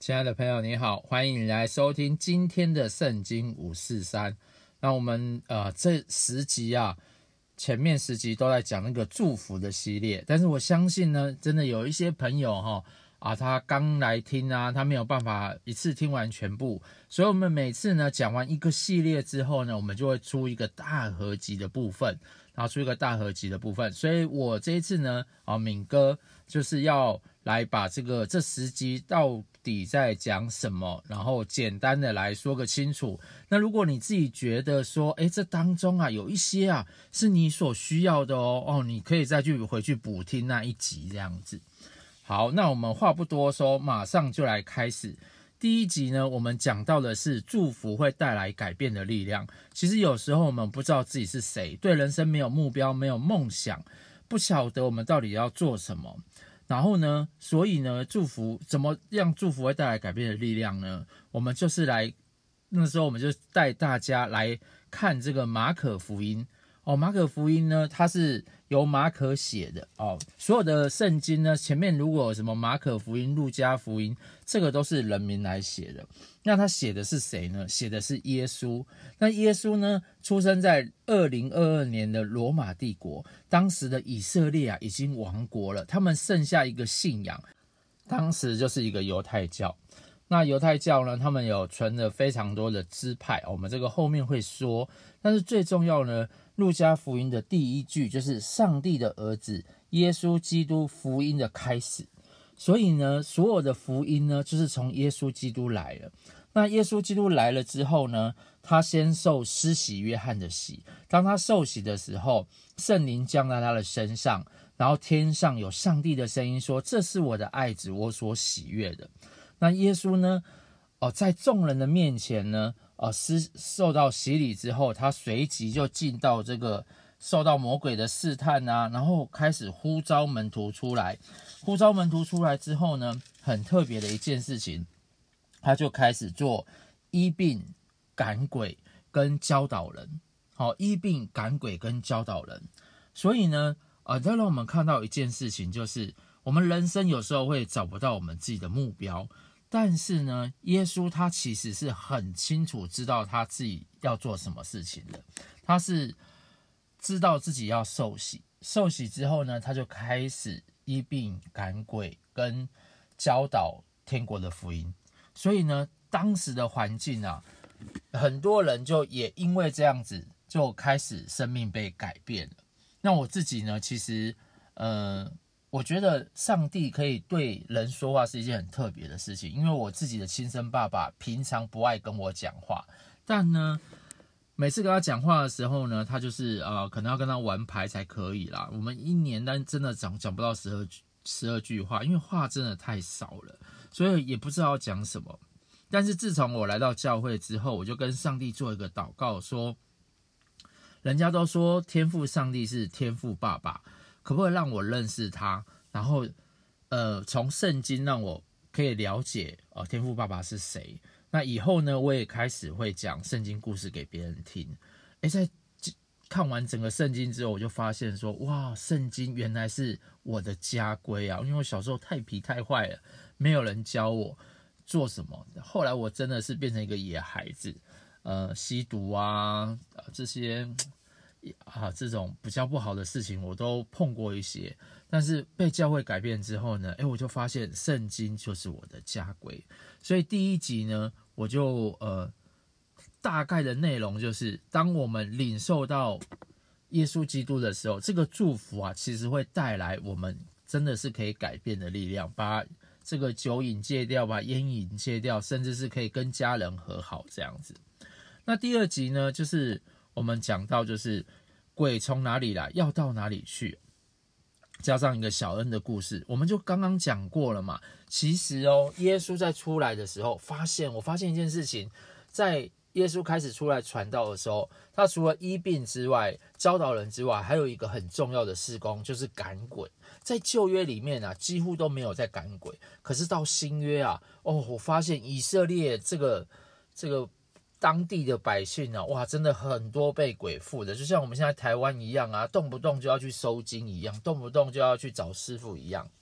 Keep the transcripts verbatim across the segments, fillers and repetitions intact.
亲爱的朋友你好，欢迎你来收听今天的圣经五四三。那我们呃这十集啊，前面十集都在讲那个祝福的系列，但是我相信呢，真的有一些朋友哈啊，他刚来听啊，他没有办法一次听完全部，所以我们每次呢讲完一个系列之后呢，我们就会出一个大合集的部分，然后出一个大合集的部分。所以我这一次呢，啊敏哥就是要来把这个这十集到底在讲什么，然后简单的来说个清楚。那如果你自己觉得说，诶，这当中啊有一些啊是你所需要的哦，哦，你可以再去回去补听那一集这样子。好，那我们话不多说，马上就来开始。第一集呢，我们讲到的是祝福会带来改变的力量。其实有时候我们不知道自己是谁，对人生没有目标，没有梦想，不晓得我们到底要做什么。然后呢，所以呢，祝福怎么样？祝福会带来改变的力量呢？我们就是来，那时候我们就带大家来看这个马可福音哦。马可福音呢，它是由马可写的哦。所有的圣经呢，前面如果有什么马可福音、路加福音，这个都是人名来写的。那他写的是谁呢？写的是耶稣。那耶稣呢，出生在二零二二年的罗马帝国，当时的以色列啊已经亡国了，他们剩下一个信仰，当时就是一个犹太教。那犹太教呢，他们有存了非常多的支派，我们这个后面会说。但是最重要呢，路加福音的第一句就是上帝的儿子耶稣基督福音的开始。所以呢，所有的福音呢，就是从耶稣基督来了。那耶稣基督来了之后呢，他先受施洗约翰的洗。当他受洗的时候，圣灵降在他的身上，然后天上有上帝的声音说：“这是我的爱子，我所喜悦的。”那耶稣呢，哦，在众人的面前呢，哦，施受到洗礼之后，他随即就进到这个受到魔鬼的试探啊，然后开始呼召门徒出来。呼召门徒出来之后呢，很特别的一件事情，他就开始做医病、赶鬼跟教导人。好、哦，医病、赶鬼跟教导人。所以呢，呃，这让我们看到一件事情，就是我们人生有时候会找不到我们自己的目标，但是呢，耶稣他其实是很清楚知道他自己要做什么事情的。他是知道自己要受洗，受洗之后呢，他就开始医病、赶鬼跟教导天国的福音。所以呢，当时的环境啊，很多人就也因为这样子就开始生命被改变了。那我自己呢，其实呃我觉得上帝可以对人说话是一件很特别的事情，因为我自己的亲生爸爸平常不爱跟我讲话，但呢每次跟他讲话的时候呢，他就是呃可能要跟他玩牌才可以啦。我们一年但真的讲讲不到十二十二句话，因为话真的太少了，所以也不知道要讲什么。但是自从我来到教会之后，我就跟上帝做一个祷告，说人家都说天父上帝是天父爸爸，可不可以让我认识他，然后呃从圣经让我可以了解呃天父爸爸是谁。那以后呢，我也开始会讲圣经故事给别人听。诶，在看完整个圣经之后，我就发现说，哇，圣经原来是我的家规啊！因为我小时候太皮太坏了，没有人教我做什么。后来我真的是变成一个野孩子，呃，吸毒啊，呃、这些啊这种比较不好的事情我都碰过一些。但是被教会改变之后呢，诶，我就发现圣经就是我的家规。所以第一集呢，我就呃大概的内容就是，当我们领受到耶稣基督的时候，这个祝福啊，其实会带来我们真的是可以改变的力量，把这个酒瘾戒掉，把烟瘾戒掉，甚至是可以跟家人和好这样子。那第二集呢，就是我们讲到就是鬼从哪里来，要到哪里去，加上一个小恩的故事，我们就刚刚讲过了嘛。其实哦，耶稣在出来的时候，发现我发现一件事情，在耶稣开始出来传道的时候，他除了医病之外，教导人之外，还有一个很重要的事工，就是赶鬼。在旧约里面啊，几乎都没有在赶鬼，可是到新约啊，哦，我发现以色列这个这个当地的百姓啊，哇，真的很多被鬼附的，就像我们现在台湾一样啊，动不动就要去收金一样，动不动就要去找师傅一样。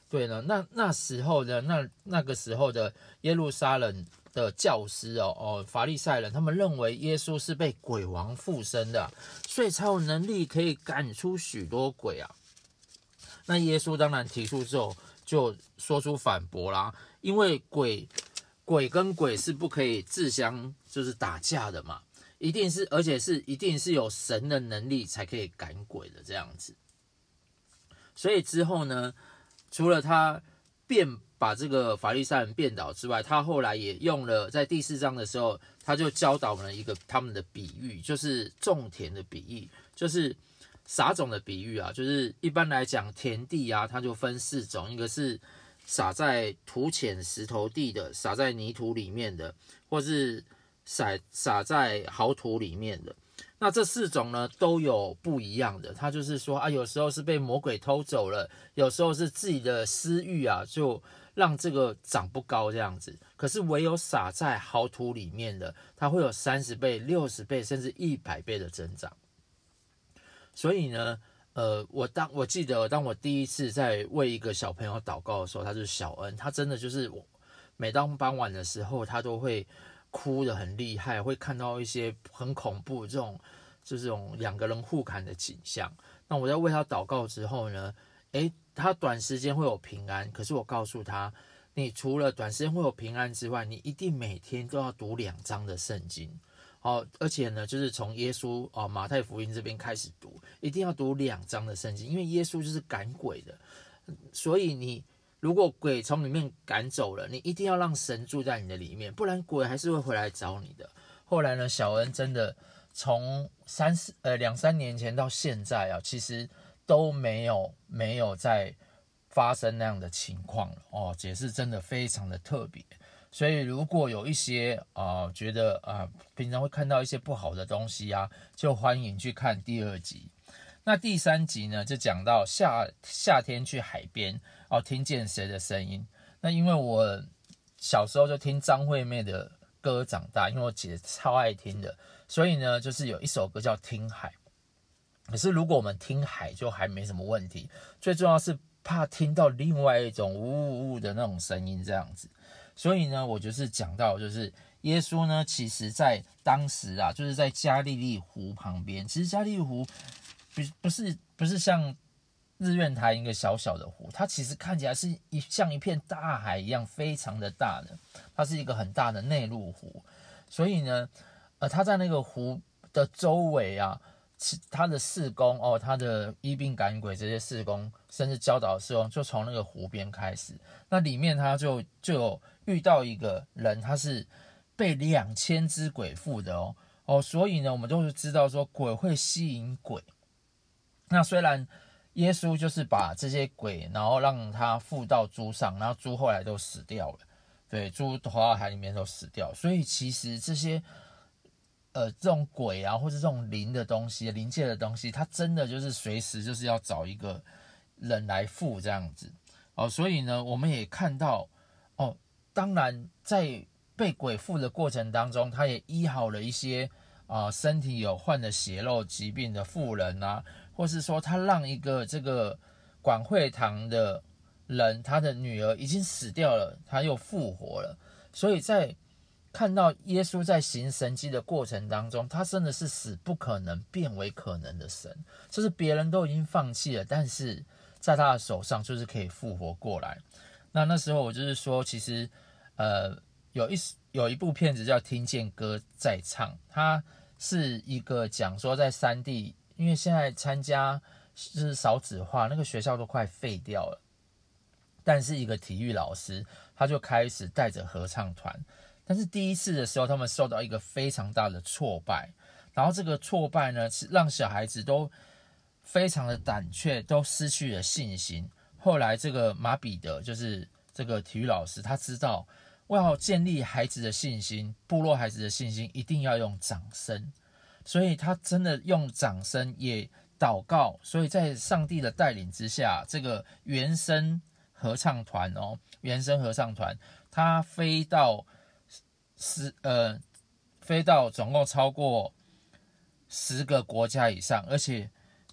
对呢，那那时候的那那个时候的耶路撒冷的教师哦哦法利赛人，他们认为耶稣是被鬼王附身的，所以才有能力可以赶出许多鬼啊。那耶稣当然提出之后，就说出反驳啦，因为鬼鬼跟鬼是不可以自相就是打架的嘛，一定是而且是一定是有神的能力才可以赶鬼的这样子。所以之后呢，除了他变把这个法利赛人变倒之外，他后来也用了在第四章的时候，他就教导了一个他们的比喻，就是种田的比喻，就是撒种的比喻啊。就是一般来讲田地啊，它就分四种，一个是撒在土浅石头地的，撒在泥土里面的，或是撒撒在好土里面的。那这四种呢都有不一样的，他就是说啊，有时候是被魔鬼偷走了，有时候是自己的私欲啊，就让这个长不高这样子。可是唯有撒在好土里面的，它会有三十倍、六十倍，甚至一百倍的增长。所以呢，呃，我当我记得，当我第一次在为一个小朋友祷告的时候，他就是小恩，他真的就是每当傍晚的时候，他都会哭得很厉害，会看到一些很恐怖这种这种两个人互砍的景象。那我在为他祷告之后呢，诶，他短时间会有平安，可是我告诉他，你除了短时间会有平安之外，你一定每天都要读两章的圣经。哦，而且呢，就是从耶稣哦马太福音这边开始读，一定要读两章的圣经，因为耶稣就是赶鬼的，所以你如果鬼从里面赶走了，你一定要让神住在你的里面，不然鬼还是会回来找你的。后来呢，小恩真的从三四呃两三年前到现在啊，其实都没有没有再发生那样的情况了哦，也是真的非常的特别。所以如果有一些啊、呃、觉得啊、呃、平常会看到一些不好的东西啊，就欢迎去看第二集。那第三集呢，就讲到夏夏天去海边哦，听见谁的声音。那因为我小时候就听张惠妹的歌长大，因为我姐超爱听的，所以呢，就是有一首歌叫《听海》。可是如果我们听海就还没什么问题，最重要是怕听到另外一种呜呜呜的那种声音这样子。所以呢，我就是讲到，就是耶稣呢，其实在当时啊，就是在加利利湖旁边。其实加利利湖不不是不是像日月潭一个小小的湖，它其实看起来是一像一片大海一样，非常的大的。它是一个很大的内陆湖，所以呢，呃，它在那个湖的周围啊，它的事工哦，它的医病赶鬼这些事工，甚至教导的事工，就从那个湖边开始。那里面他就就有遇到一个人，他是被两千只鬼附的哦哦，所以呢，我们都是知道说鬼会吸引鬼。那虽然耶稣就是把这些鬼，然后让他附到猪上，然后猪后来都死掉了，对，猪投到海里面都死掉，所以其实这些呃这种鬼啊，或者这种灵的东西、灵界的东西，它真的就是随时就是要找一个人来附这样子哦。所以呢，我们也看到哦，当然在被鬼附的过程当中，他也医好了一些啊、呃、身体有患了血肉疾病的妇人啊。或是说他让一个这个管会堂的人，他的女儿已经死掉了，他又复活了。所以在看到耶稣在行神迹的过程当中，他真的是使不可能变为可能的神，就是别人都已经放弃了，但是在他的手上就是可以复活过来。那那时候我就是说，其实呃有一有一部片子叫《听见歌在唱》，它是一个讲说在山地。因为现在参加是少子化，那个学校都快废掉了。但是一个体育老师，他就开始带着合唱团。但是第一次的时候，他们受到一个非常大的挫败。然后这个挫败呢，是让小孩子都非常的胆怯，都失去了信心。后来这个马彼得，就是这个体育老师，他知道要建立孩子的信心，部落孩子的信心，一定要用掌声。所以他真的用掌声也祷告，所以在上帝的带领之下，这个原声合唱团哦，原声合唱团，他飞到十呃，飞到总共超过十个国家以上，而且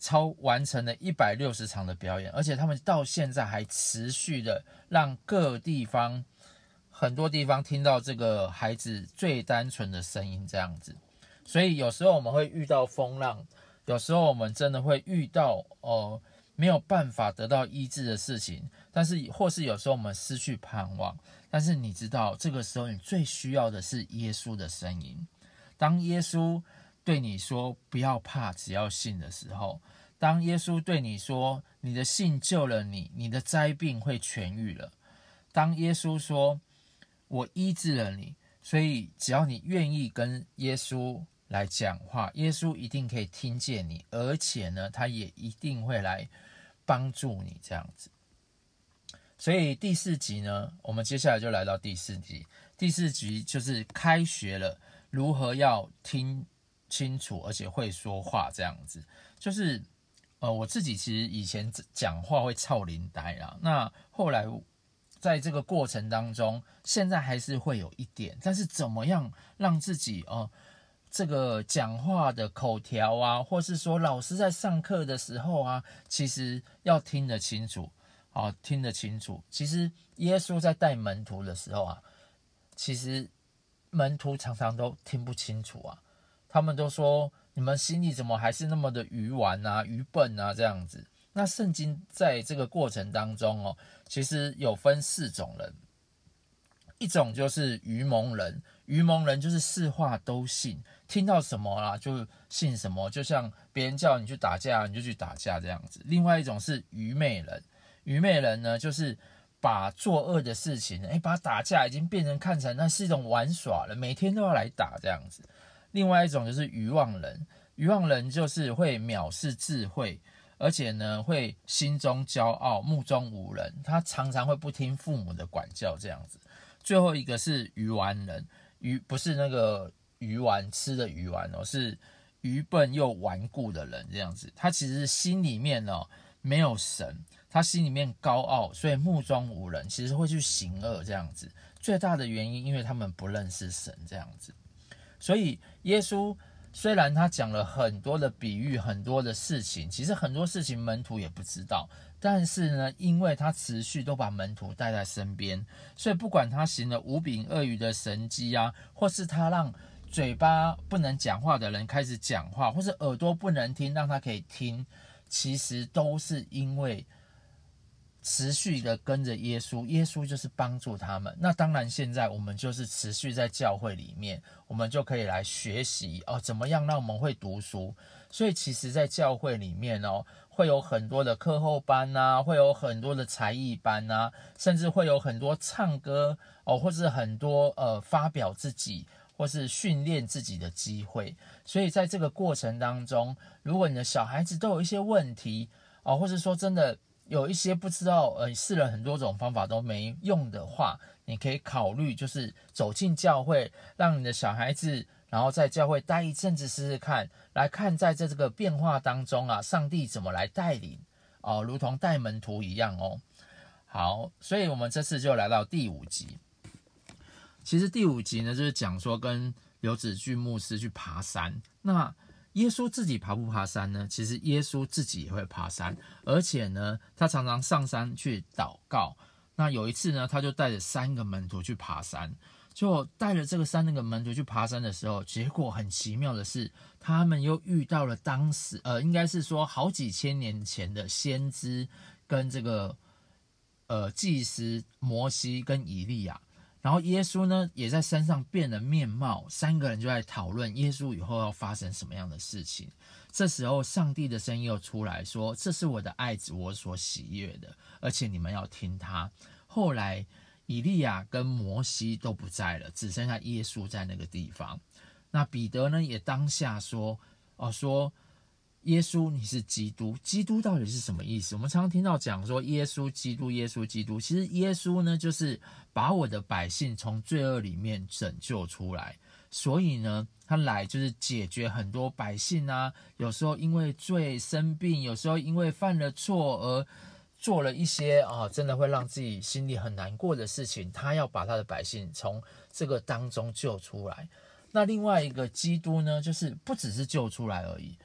超完成了一百六十场的表演，而且他们到现在还持续的让各地方很多地方听到这个孩子最单纯的声音这样子。所以有时候我们会遇到风浪，有时候我们真的会遇到呃没有办法得到医治的事情，但是或是有时候我们失去盼望，但是你知道这个时候你最需要的是耶稣的声音。当耶稣对你说不要怕，只要信的时候，当耶稣对你说你的信救了你，你的灾病会痊愈了，当耶稣说我医治了你，所以只要你愿意跟耶稣来讲话，耶稣一定可以听见你，而且呢他也一定会来帮助你这样子。所以第四集呢，我们接下来就来到第四集。第四集就是开学了，如何要听清楚而且会说话这样子。就是呃，我自己其实以前讲话会臭灵呆啦，那后来在这个过程当中，现在还是会有一点，但是怎么样让自己哦、呃，这个讲话的口条啊，或是说老师在上课的时候啊，其实要听得清楚。好，听得清楚。其实耶稣在带门徒的时候啊，其实门徒常常都听不清楚啊，他们都说你们心里怎么还是那么的愚顽啊、愚笨啊这样子。那圣经在这个过程当中哦，其实有分四种人，一种就是愚蒙人，愚蒙人就是是话都信，听到什么啦就信什么，就像别人叫你去打架，你就去打架这样子。另外一种是愚昧人。愚昧人呢，就是把作恶的事情，哎，把打架已经变成看成那是一种玩耍了，每天都要来打这样子。另外一种就是愚妄人，愚妄人就是会藐视智慧，而且呢会心中骄傲，目中无人，他常常会不听父母的管教这样子。最后一个是愚顽人，愚不是那个鱼丸吃的鱼丸哦，是愚笨又顽固的人这样子。他其实心里面哦没有神。他心里面高傲，所以目中无人，其实会去行恶这样子。最大的原因，因为他们不认识神这样子。所以耶稣虽然他讲了很多的比喻，很多的事情，其实很多事情门徒也不知道。但是呢，因为他持续都把门徒带在身边，所以不管他行了五饼二鱼的神迹啊，或是他让嘴巴不能讲话的人开始讲话，或是耳朵不能听让他可以听，其实都是因为持续的跟着耶稣，耶稣就是帮助他们。那当然现在我们就是持续在教会里面，我们就可以来学习哦，怎么样让我们会读书。所以其实在教会里面哦，会有很多的课后班啊，会有很多的才艺班啊，甚至会有很多唱歌哦，或是很多呃发表自己或是训练自己的机会。所以在这个过程当中，如果你的小孩子都有一些问题哦，或是说真的有一些不知道，呃，试了很多种方法都没用的话，你可以考虑就是走进教会，让你的小孩子，然后在教会待一阵子试试看，来看在这个变化当中啊，上帝怎么来带领哦，如同带门徒一样哦。好，所以我们这次就来到第五集。其实第五集呢，就是讲说跟刘子俊牧师去爬山。那耶稣自己爬不爬山呢？其实耶稣自己也会爬山，而且呢，他常常上山去祷告。那有一次呢，他就带着三个门徒去爬山，就带着这个三个门徒去爬山的时候，结果很奇妙的是，他们又遇到了当时呃，应该是说好几千年前的先知跟这个呃祭司摩西跟以利亚。然后耶稣呢也在山上变了面貌，三个人就在讨论耶稣以后要发生什么样的事情。这时候上帝的声音又出来说，这是我的爱子，我所喜悦的，而且你们要听他。后来以利亚跟摩西都不在了，只剩下耶稣在那个地方。那彼得呢也当下说哦说耶稣你是基督。基督到底是什么意思？我们常常听到讲说耶稣基督耶稣基督，其实耶稣呢就是把我的百姓从罪恶里面拯救出来。所以呢他来就是解决很多百姓啊，有时候因为罪生病，有时候因为犯了错而做了一些啊，真的会让自己心里很难过的事情，他要把他的百姓从这个当中救出来。那另外一个基督呢，就是不只是救出来而已，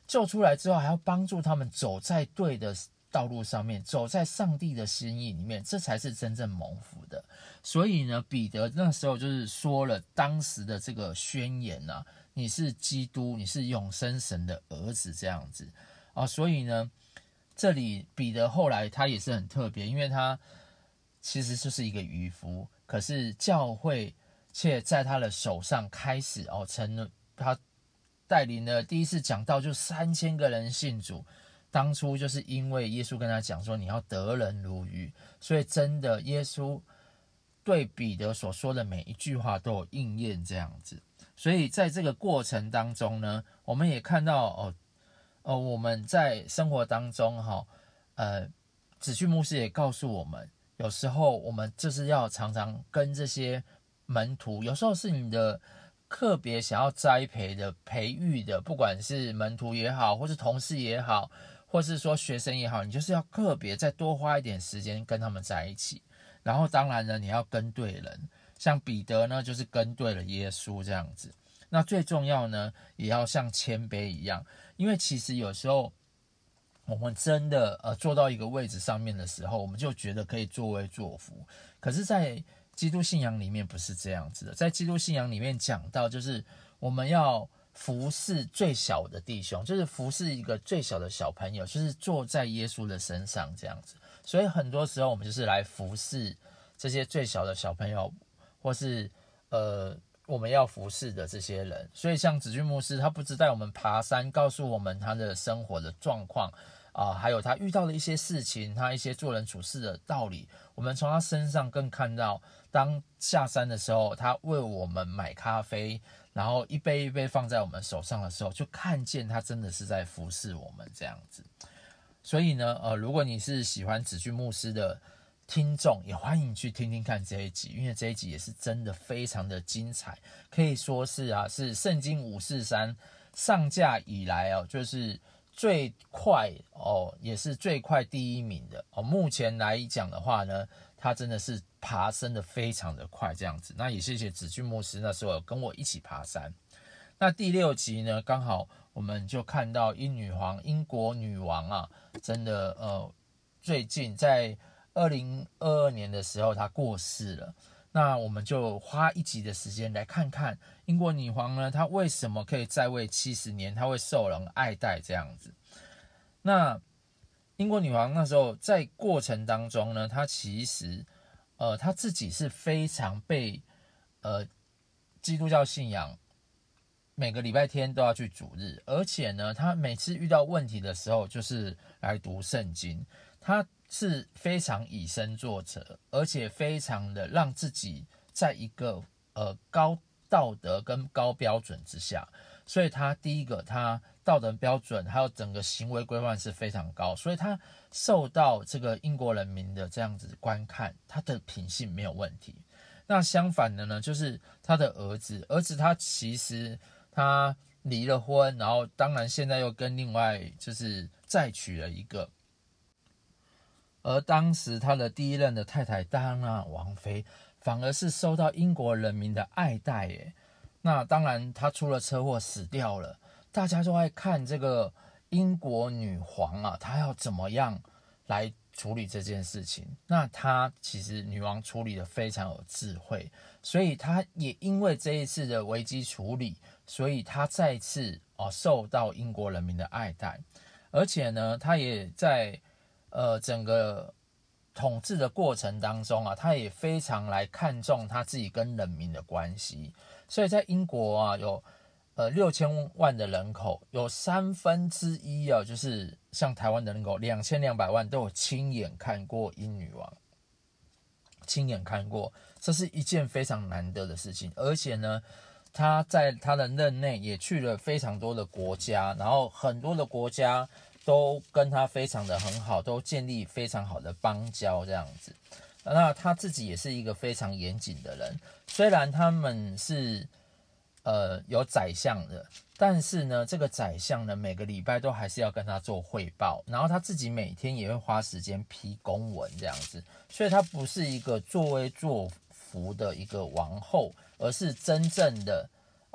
救出来之后，还要帮助他们走在对的道路上面，走在上帝的心意里面，这才是真正蒙福的。所以呢，彼得那时候就是说了当时的这个宣言啊，你是基督，你是永生神的儿子这样子啊。所以呢，这里彼得后来他也是很特别，因为他其实就是一个渔夫，可是教会却在他的手上开始哦，成了他带领了第一次讲道，就三千个人信主。当初就是因为耶稣跟他讲说你要得人如鱼，所以真的耶稣对彼得所说的每一句话都有应验这样子。所以在这个过程当中呢，我们也看到哦，哦我们在生活当中哈、哦，呃，子旭牧师也告诉我们，有时候我们就是要常常跟这些门徒，有时候是你的特别想要栽培的、培育的，不管是门徒也好，或是同事也好，或是说学生也好，你就是要特别再多花一点时间跟他们在一起。然后当然呢，你要跟对人，像彼得呢，就是跟对了耶稣这样子。那最重要呢，也要像谦卑一样，因为其实有时候我们真的呃坐到一个位置上面的时候，我们就觉得可以作威作福。可是，在基督信仰里面不是这样子的，在基督信仰里面讲到，就是我们要服侍最小的弟兄，就是服侍一个最小的小朋友，就是坐在耶稣的身上这样子。所以很多时候我们就是来服侍这些最小的小朋友，或是呃我们要服侍的这些人。所以像子俊牧师，他不只带我们爬山，告诉我们他的生活的状况啊、呃，还有他遇到的一些事情，他一些做人处事的道理。我们从他身上更看到，当下山的时候，他为我们买咖啡，然后一杯一杯放在我们手上的时候，就看见他真的是在服侍我们这样子。所以呢，呃，如果你是喜欢子俊牧师的听众，也欢迎去听听看这一集，因为这一集也是真的非常的精彩，可以说是啊，是圣经五四三上架以来哦，就是最快哦，也是最快第一名的哦。目前来讲的话呢，它真的是爬升的非常的快这样子。那也谢谢子俊牧师那时候有跟我一起爬山。那第六集呢，刚好我们就看到英女皇、英国女王啊，真的呃，最近在二零二二年的时候她过世了。那我们就花一集的时间来看看英国女皇呢，她为什么可以在位七十年，她会受人爱戴这样子。那英国女皇那时候在过程当中呢，她其实呃她自己是非常被呃基督教信仰。每个礼拜天都要去主日，而且呢，他每次遇到问题的时候，就是来读圣经。他是非常以身作则，而且非常的让自己在一个呃高道德跟高标准之下。所以他第一个，他道德标准还有整个行为规范是非常高，所以他受到这个英国人民的这样子观看，他的品性没有问题。那相反的呢，就是他的儿子，儿子他其实。他离了婚，然后当然现在又跟另外就是再娶了一个，而当时他的第一任的太太戴安娜王妃反而是受到英国人民的爱戴耶。那当然他出了车祸死掉了，大家都在看这个英国女皇啊，她要怎么样来处理这件事情。那她其实女王处理的非常有智慧，所以她也因为这一次的危机处理，所以他再次、哦、受到英国人民的爱戴，而且呢，他也在呃整个统治的过程当中啊，他也非常来看重他自己跟人民的关系。所以在英国啊，有呃六千万的人口，有三分之一啊，就是像台湾的人口两千两百万都有亲眼看过英女王，亲眼看过，这是一件非常难得的事情，而且呢。他在他的任内也去了非常多的国家，然后很多的国家都跟他非常的很好，都建立非常好的邦交这样子。那他自己也是一个非常严谨的人，虽然他们是呃有宰相的，但是呢，这个宰相呢每个礼拜都还是要跟他做汇报，然后他自己每天也会花时间批公文这样子，所以他不是一个作威作福的一个王后。而是真正的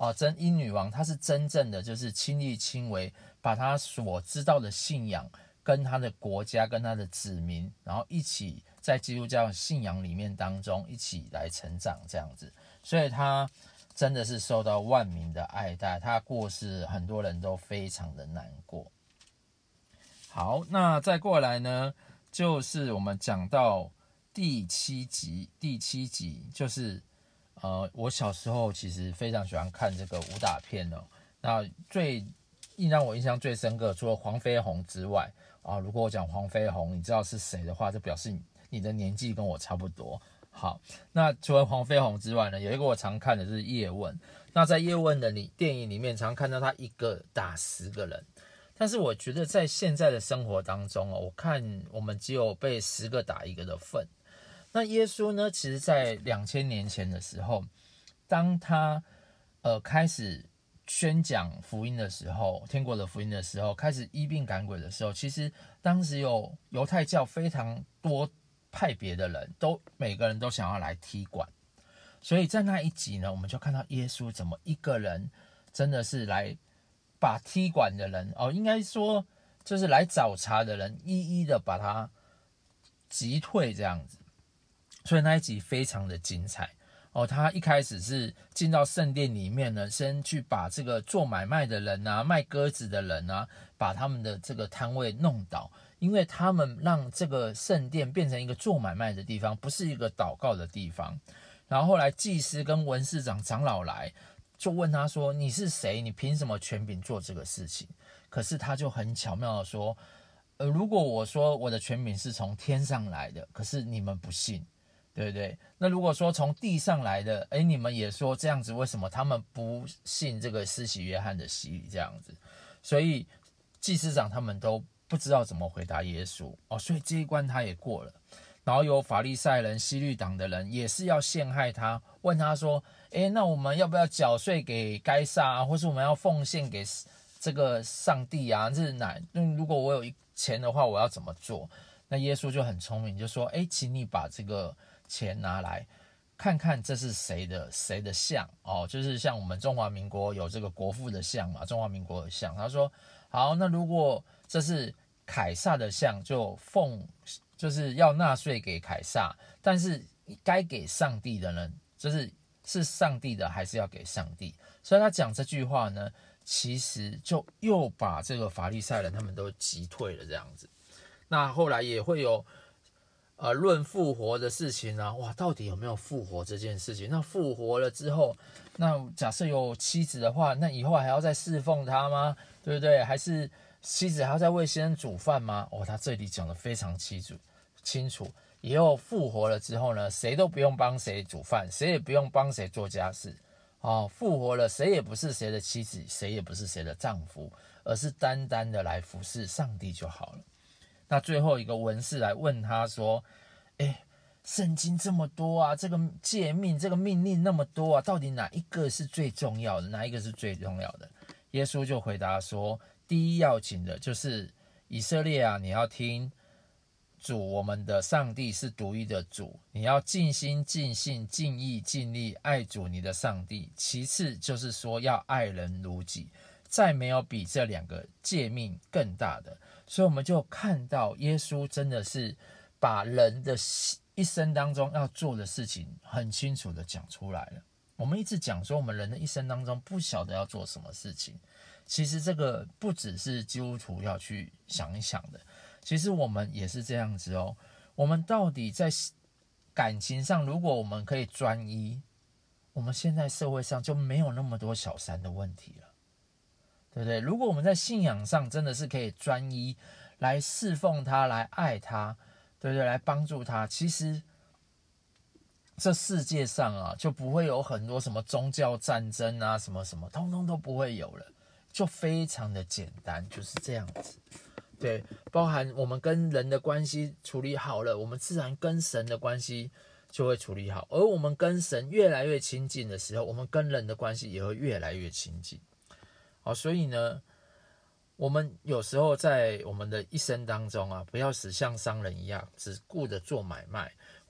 啊，真英女王她是真正的就是亲力亲为，把她所知道的信仰跟她的国家跟她的子民，然后一起在基督教信仰里面当中一起来成长这样子，所以她真的是受到万民的爱戴，她过世很多人都非常的难过。好，那再过来呢，就是我们讲到第七集，第七集就是呃，我小时候其实非常喜欢看这个武打片哦。那最让我印象最深刻，除了黄飞鸿之外啊，如果我讲黄飞鸿，你知道是谁的话，就表示你的年纪跟我差不多。好，那除了黄飞鸿之外呢，有一个我常看的就是叶问。那在叶问的里电影里面，常看到他一个打十个人。但是我觉得在现在的生活当中，我看我们只有被十个打一个的份。那耶稣呢，其实在两千年前的时候，当他呃开始宣讲福音的时候，天国的福音的时候，开始医病赶鬼的时候，其实当时有犹太教非常多派别的人都每个人都想要来踢馆。所以在那一集呢，我们就看到耶稣怎么一个人真的是来把踢馆的人哦，应该说就是来找茬的人，一一的把他击退这样子。所以那一集非常的精彩哦。他一开始是进到圣殿里面呢，先去把这个做买卖的人啊、卖鸽子的人啊，把他们的这个摊位弄倒，因为他们让这个圣殿变成一个做买卖的地方，不是一个祷告的地方。然后后来祭司跟文士长、长老来，就问他说：“你是谁？你凭什么权柄做这个事情？”可是他就很巧妙的说：“呃，如果我说我的权柄是从天上来的，可是你们不信。”对不对？那如果说从地上来的，哎，你们也说这样子，为什么他们不信这个施洗约翰的洗礼这样子？所以祭司长他们都不知道怎么回答耶稣哦，所以这一关他也过了。然后有法利赛人、希律党的人也是要陷害他，问他说：“哎，那我们要不要缴税给该撒啊？或是我们要奉献给这个上帝啊？这是哪？如果我有钱的话，我要怎么做？”那耶稣就很聪明，就说：“哎，请你把这个钱拿来看看这是谁的谁的像哦，就是像我们中华民国有这个国父的像嘛，中华民国的像。他说好，那如果这是凯撒的像，就奉就是要纳税给凯撒，但是该给上帝的呢，就是是上帝的还是要给上帝。所以他讲这句话呢，其实就又把这个法利赛人他们都击退了这样子。那后来也会有。呃，论复活的事情啊，哇，到底有没有复活这件事情？那复活了之后，那假设有妻子的话，那以后还要再侍奉他吗？对不对？还是妻子还要再为先生煮饭吗？哦，他这里讲得非常清楚，清楚。以后复活了之后呢，谁都不用帮谁煮饭，谁也不用帮谁做家事。哦，复活了，谁也不是谁的妻子，谁也不是谁的丈夫，而是单单的来服侍上帝就好了。那最后一个文士来问他说：“哎，圣经这么多啊，这个诫命、这个命令那么多啊，到底哪一个是最重要的？哪一个是最重要的？”耶稣就回答说：“第一要紧的就是以色列啊，你要听主我们的上帝是独一的主，你要尽心、尽性、尽意、尽力爱主你的上帝。其次就是说要爱人如己，再没有比这两个诫命更大的。”所以我们就看到耶稣真的是把人的一生当中要做的事情很清楚的讲出来了。我们一直讲说我们人的一生当中不晓得要做什么事情，其实这个不只是基督徒要去想一想的，其实我们也是这样子哦。我们到底在感情上，如果我们可以专一，我们现在社会上就没有那么多小三的问题了。对不对？如果我们在信仰上真的是可以专一来侍奉他，来爱他，对不对？来帮助他，其实这世界上啊就不会有很多什么宗教战争啊，什么什么，通通都不会有了，就非常的简单，就是这样子。对，包含我们跟人的关系处理好了，我们自然跟神的关系就会处理好，而我们跟神越来越亲近的时候，我们跟人的关系也会越来越亲近。好，所以呢，我们有时候在我们的一生当中啊，不要死像商人一样，只顾着做买卖，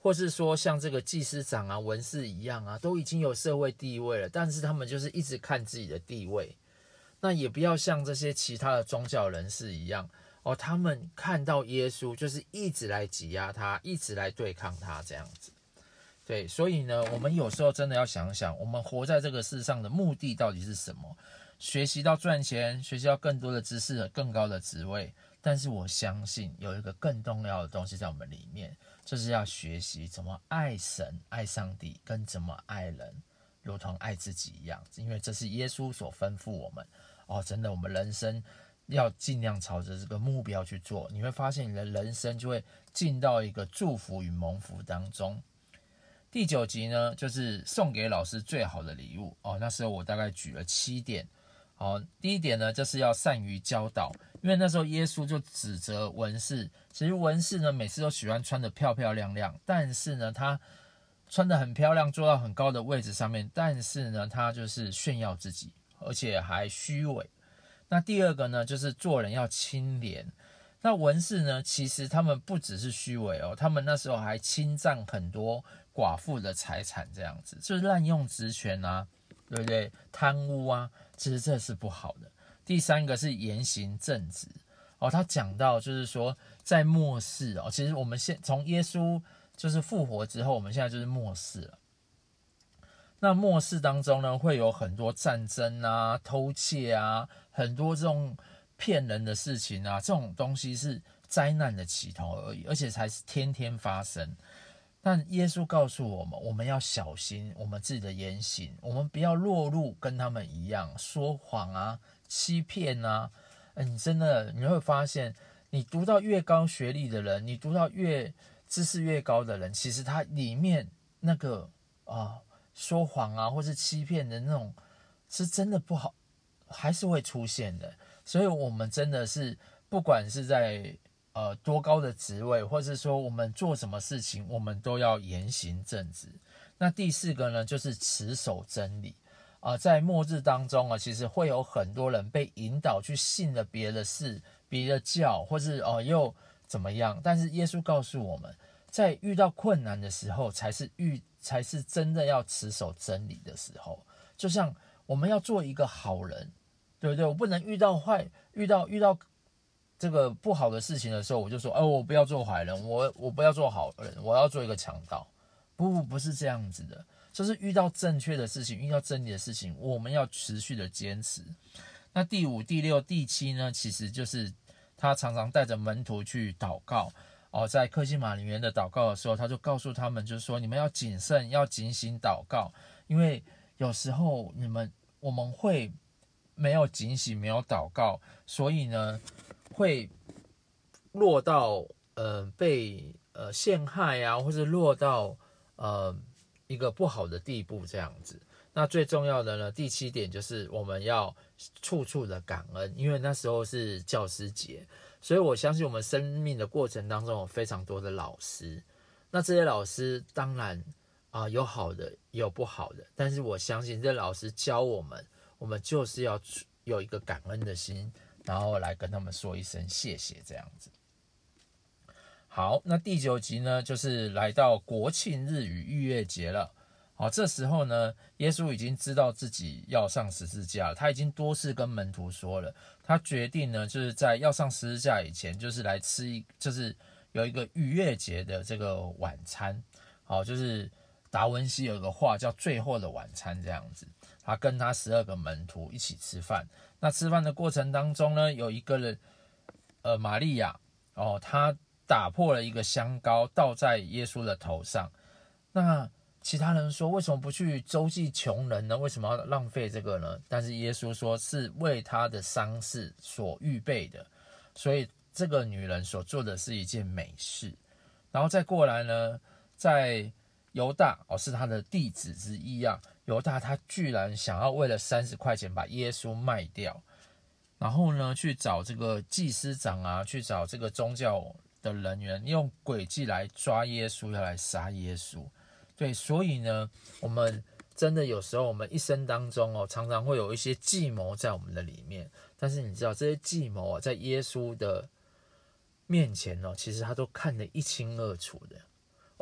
或是说像这个祭司长啊、文士一样啊，都已经有社会地位了，但是他们就是一直看自己的地位。那也不要像这些其他的宗教人士一样哦，他们看到耶稣就是一直来挤压他，一直来对抗他这样子。对，所以呢，我们有时候真的要想想，我们活在这个世上的目的到底是什么？学习到赚钱，学习到更多的知识和更高的职位，但是我相信有一个更重要的东西在我们里面，就是要学习怎么爱神、爱上帝，跟怎么爱人，如同爱自己一样，因为这是耶稣所吩咐我们。哦，真的，我们人生要尽量朝着这个目标去做，你会发现你的人生就会进到一个祝福与蒙福当中。第九集呢，就是送给老师最好的礼物哦。那时候我大概举了七点。好，第一点呢，就是要善于教导，因为那时候耶稣就指责文士，其实文士呢每次都喜欢穿得漂漂亮亮，但是呢他穿得很漂亮，坐到很高的位置上面，但是呢他就是炫耀自己，而且还虚伪。那第二个呢，就是做人要清廉。那文士呢，其实他们不只是虚伪哦，他们那时候还侵占很多寡妇的财产，这样子就是滥用职权啊，对不对？贪污啊，其实这是不好的。第三个是言行正直哦，他讲到就是说，在末世哦，其实我们现从耶稣就是复活之后，我们现在就是末世了。那末世当中呢，会有很多战争啊、偷窃啊，很多这种骗人的事情啊，这种东西是灾难的起头而已，而且才是天天发生。但耶稣告诉我们，我们要小心我们自己的言行，我们不要落入跟他们一样说谎啊、欺骗啊。你真的你会发现，你读到越高学历的人，你读到越知识越高的人，其实他里面那个啊说谎啊或是欺骗的那种，是真的不好，还是会出现的。所以我们真的是不管是在呃多高的职位，或是说我们做什么事情，我们都要言行正直。那第四个呢，就是持守真理啊、呃。在末日当中啊，其实会有很多人被引导去信了别的事、别的教，或是哦、呃、又怎么样？但是耶稣告诉我们，在遇到困难的时候，才是遇才是真的要持守真理的时候。就像我们要做一个好人。对不对？我不能遇到坏，遇到遇到这个不好的事情的时候，我就说，哦，我不要做坏人，我我不要做好人，我要做一个强盗。不，不是这样子的，就是遇到正确的事情，遇到真理的事情，我们要持续的坚持。那第五、第六、第七呢，其实就是他常常带着门徒去祷告哦，在客西马尼园的祷告的时候，他就告诉他们，就是说你们要谨慎，要警醒祷告，因为有时候你们我们会。没有警醒，没有祷告，所以呢，会落到呃被呃陷害啊，或是落到呃一个不好的地步这样子。那最重要的呢，第七点就是我们要处处的感恩，因为那时候是教师节，所以我相信我们生命的过程当中有非常多的老师。那这些老师当然啊、呃、有好的，也有不好的，但是我相信这些老师教我们。我们就是要有一个感恩的心，然后来跟他们说一声谢谢，这样子。好，那第九集呢，就是来到国庆日与逾越节了。好，这时候呢，耶稣已经知道自己要上十字架了，他已经多次跟门徒说了，他决定呢，就是在要上十字架以前，就是来吃一，就是有一个逾越节的这个晚餐。好，就是达文西有个画叫《最后的晚餐》这样子。他跟他十二个门徒一起吃饭，那吃饭的过程当中呢，有一个人，呃，玛利亚哦，他打破了一个香膏，倒在耶稣的头上。那其他人说，为什么不去周济穷人呢？为什么要浪费这个呢？但是耶稣说，是为他的丧事所预备的，所以这个女人所做的是一件美事。然后再过来呢，在犹大哦，是他的弟子之一啊。犹大他居然想要为了三十块钱把耶稣卖掉，然后呢去找这个祭司长啊，去找这个宗教的人员，用诡计来抓耶稣，要来杀耶稣。对，所以呢，我们真的有时候我们一生当中哦，常常会有一些计谋在我们的里面，但是你知道这些计谋啊，在耶稣的面前哦，其实他都看得一清二楚的。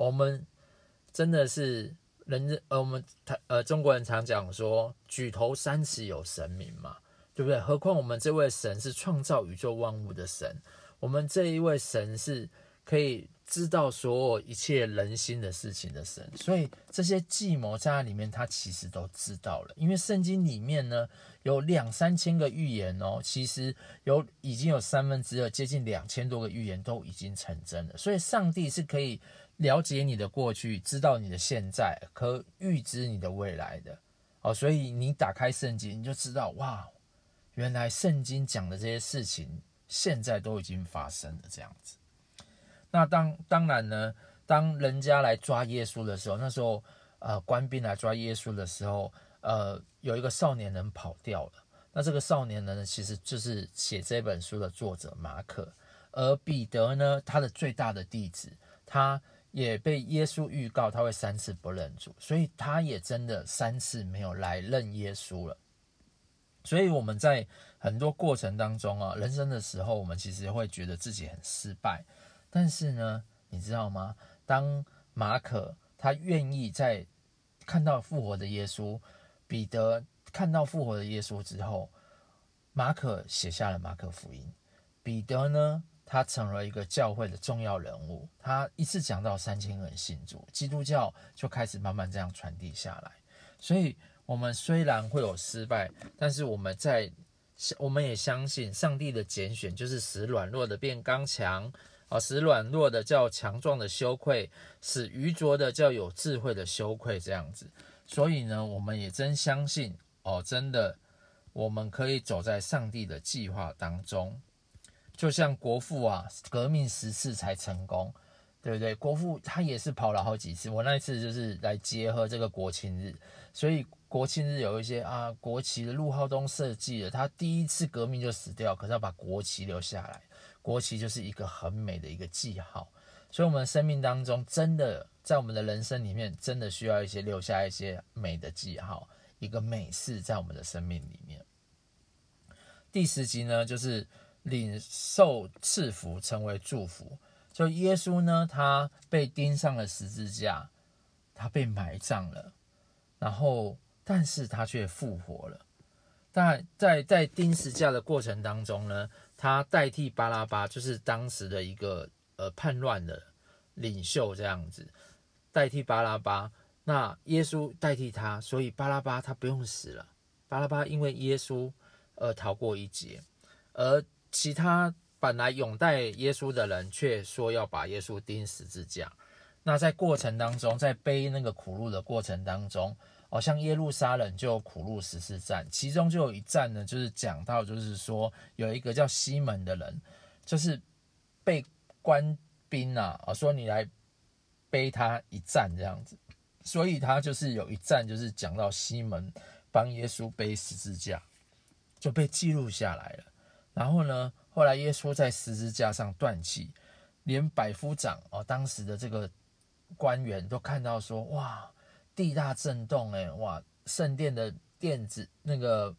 我们真的是人，呃，我们呃中国人常讲说举头三尺有神明嘛，对不对？何况我们这位神是创造宇宙万物的神，我们这一位神是可以知道所有一切人心的事情的神，所以这些计谋在他里面，他其实都知道了。因为圣经里面呢有两三千个预言哦，其实有已经有三分之二，接近两千多个预言都已经成真了。所以上帝是可以了解你的过去，知道你的现在，可预知你的未来的哦。所以你打开圣经，你就知道哇，原来圣经讲的这些事情，现在都已经发生了这样子。那当当然呢，当人家来抓耶稣的时候，那时候呃官兵来抓耶稣的时候，呃有一个少年人跑掉了。那这个少年人呢，其实就是写这本书的作者马可。而彼得呢，他的最大的弟子，他也被耶稣预告他会三次不认主，所以他也真的三次没有来认耶稣了。所以我们在很多过程当中啊，人生的时候，我们其实会觉得自己很失败。但是呢，你知道吗？当马可他愿意在看到复活的耶稣，彼得看到复活的耶稣之后，马可写下了马可福音。彼得呢，他成了一个教会的重要人物，他一次讲到三千人信主，基督教就开始慢慢这样传递下来。所以我们虽然会有失败，但是我们在我们也相信上帝的拣选就是使软弱的变刚强，使软弱的叫强壮的羞愧，使愚拙的叫有智慧的羞愧，这样子。所以呢，我们也真相信哦，真的我们可以走在上帝的计划当中。就像国父啊，革命十次才成功，对不对？国父他也是跑了好几次。我那一次就是来结合这个国庆日，所以国庆日有一些啊，国旗的陆浩东设计了，他第一次革命就死掉，可是要把国旗留下来。国旗就是一个很美的一个记号，所以我们的生命当中，真的在我们的人生里面，真的需要一些留下一些美的记号，一个美事在我们的生命里面。第十集呢，就是领受赐福成为祝福。就耶稣呢，他被钉上了十字架，他被埋葬了，然后但是他却复活了。但在在钉十字架的过程当中呢，他代替巴拉巴，就是当时的一个呃叛乱的领袖这样子，代替巴拉巴。那耶稣代替他，所以巴拉巴他不用死了。巴拉巴因为耶稣而逃过一劫，而其他本来拥戴耶稣的人却说要把耶稣钉十字架。那在过程当中，在背那个苦路的过程当中，哦，像耶路撒冷就有苦路十四站，其中就有一站呢，就是讲到，就是说有一个叫西门的人，就是被官兵啊，哦、说你来背他一站这样子，所以他就是有一站就是讲到西门帮耶稣背十字架，就被记录下来了。然后呢，后来耶稣在十字架上断气，连百夫长哦，当时的这个官员都看到说，哇，地大震动哎，哇，圣殿的垫子那个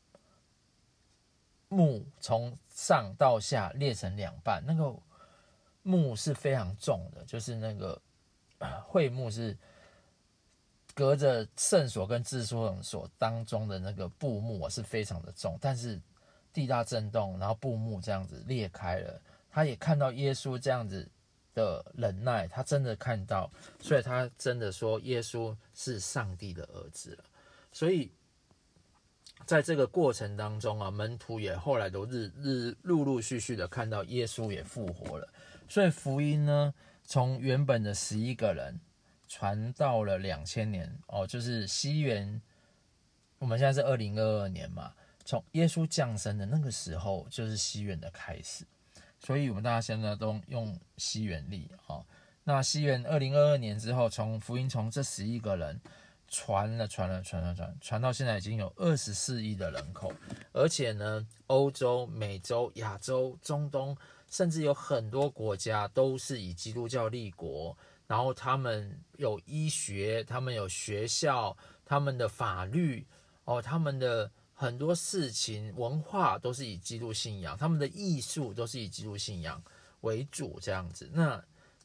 幕从上到下裂成两半，那个幕是非常重的，就是那个会幕是隔着圣所跟至圣所当中的那个布幕是非常的重，但是地大震动，然后布幕这样子裂开了，他也看到耶稣这样子的忍耐，他真的看到，所以他真的说耶稣是上帝的儿子了。所以在这个过程当中啊，门徒也后来都日日陆陆续续的看到耶稣也复活了。所以福音呢，从原本的十一个人传到了两千年哦，就是西元，我们现在是二零二二年嘛，从耶稣降生的那个时候就是西元的开始。所以我们大家现在都用西元历、哦、那西元二零二二年之后，从福音从这十一个人传了传了传了传传到现在已经有二十四亿的人口，而且呢，欧洲、美洲、亚洲、中东，甚至有很多国家都是以基督教立国，然后他们有医学，他们有学校，他们的法律哦，他们的很多事情文化都是以基督信仰，他们的艺术都是以基督信仰为主这样子。那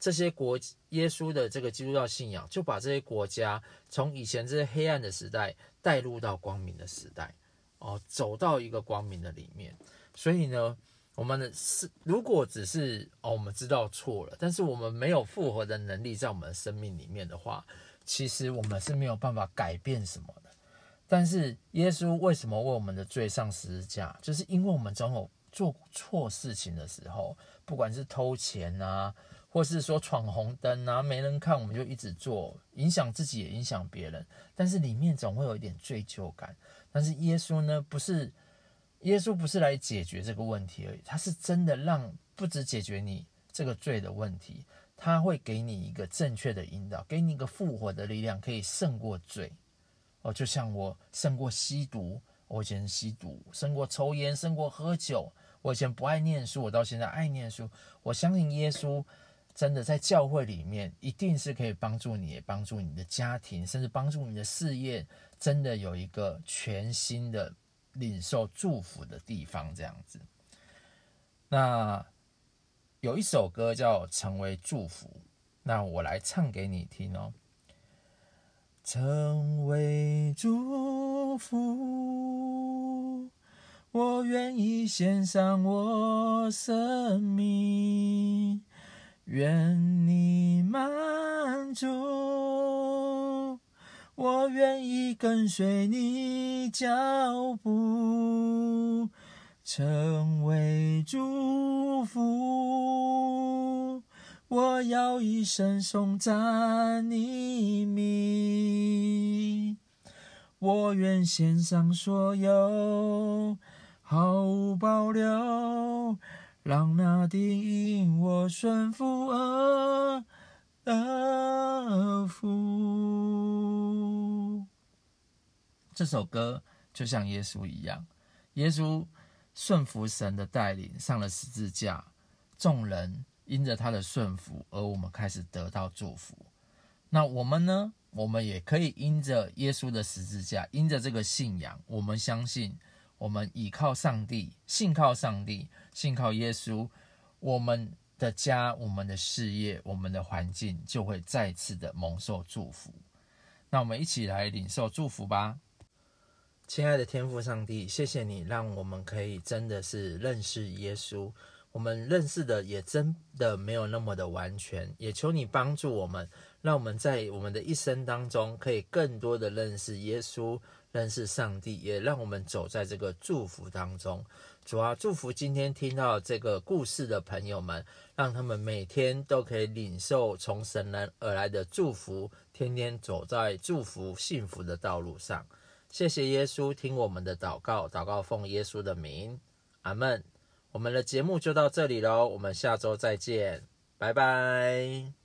这些国耶稣的这个基督教信仰，就把这些国家从以前这些黑暗的时代带入到光明的时代，哦，走到一个光明的里面。所以呢，我们的是如果只是哦我们知道错了，但是我们没有复活的能力在我们的生命里面的话，其实我们是没有办法改变什么的。但是耶稣为什么为我们的罪上十字架？就是因为我们总有做错事情的时候，不管是偷钱啊，或是说闯红灯啊，没人看我们就一直做，影响自己也影响别人，但是里面总会有一点罪疚感。但是耶稣呢，不是耶稣不是来解决这个问题而已，他是真的让不只解决你这个罪的问题，他会给你一个正确的引导，给你一个复活的力量，可以胜过罪。哦，就像我胜过吸毒，我以前吸毒，胜过抽烟，胜过喝酒。我以前不爱念书，我到现在爱念书。我相信耶稣真的在教会里面，一定是可以帮助你，也帮助你的家庭，甚至帮助你的事业，真的有一个全新的领受祝福的地方，这样子。那有一首歌叫《成为祝福》，那我来唱给你听哦。成为祝福，我愿意献上我生命，愿你满足，我愿意跟随你脚步，成为祝福，我要一生颂赞你名，我愿献上所有，毫无保留，让那定因我顺服而而服。这首歌就像耶稣一样，耶稣顺服神的带领，上了十字架，众人因着他的顺服，而我们开始得到祝福。那我们呢？我们也可以因着耶稣的十字架，因着这个信仰，我们相信，我们倚靠上帝，信靠上帝，信靠耶稣，我们的家、我们的事业、我们的环境就会再次的蒙受祝福。那我们一起来领受祝福吧。亲爱的天父上帝，谢谢你让我们可以真的是认识耶稣，我们认识的也真的没有那么的完全，也求你帮助我们，让我们在我们的一生当中可以更多的认识耶稣，认识上帝，也让我们走在这个祝福当中。主啊，祝福今天听到这个故事的朋友们，让他们每天都可以领受从神而来的祝福，天天走在祝福幸福的道路上。谢谢耶稣，听我们的祷告，祷告奉耶稣的名，阿们。我们的节目就到这里咯，我们下周再见，拜拜。